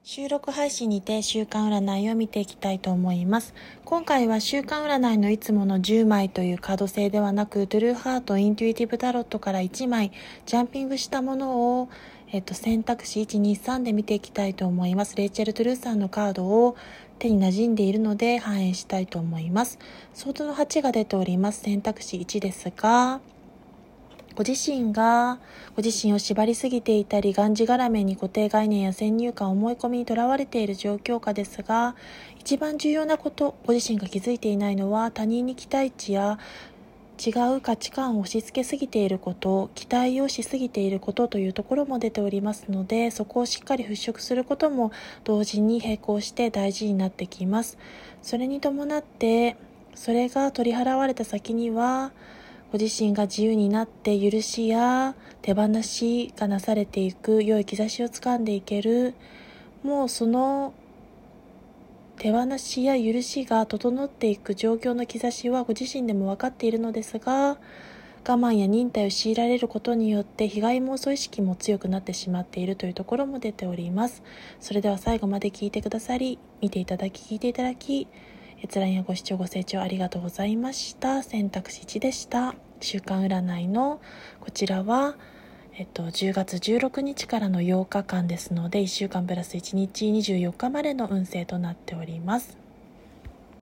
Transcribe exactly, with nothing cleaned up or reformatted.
収録配信にて週間占いを見ていきたいと思います。今回は週間占いのいつものじゅうまいというカード制ではなく、トゥルーハートインテュイティブタロットからいちまいジャンピングしたものを、えっと、選択肢いち、に、さんで見ていきたいと思います。レイチェル・トゥルーさんのカードを手に馴染んでいるので反映したいと思います。ソードのはちが出ております。選択肢いちですが、ご自身がご自身を縛りすぎていたり、がんじがらめに固定概念や先入観、思い込みにとらわれている状況下ですが、一番重要なこと、ご自身が気づいていないのは、他人に期待値や違う価値観を押し付けすぎていること、期待をしすぎていることというところも出ておりますので、そこをしっかり払拭することも同時に並行して大事になってきます。それに伴って、それが取り払われた先には、ご自身が自由になって許しや手放しがなされていく良い兆しをつかんでいける、もうその手放しや許しが整っていく状況の兆しはご自身でも分かっているのですが、我慢や忍耐を強いられることによって被害妄想意識も強くなってしまっているというところも出ております。それでは最後まで聞いてくださり、見ていただき聞いていただき、閲覧やご視聴ご清聴ありがとうございました。選択肢いちでした。週間占いのこちらは、えっと、じゅうがつじゅうろくにちからのようかかんですので、いっしゅうかんプラスいちにち、にじゅうよっかまでの運勢となっております。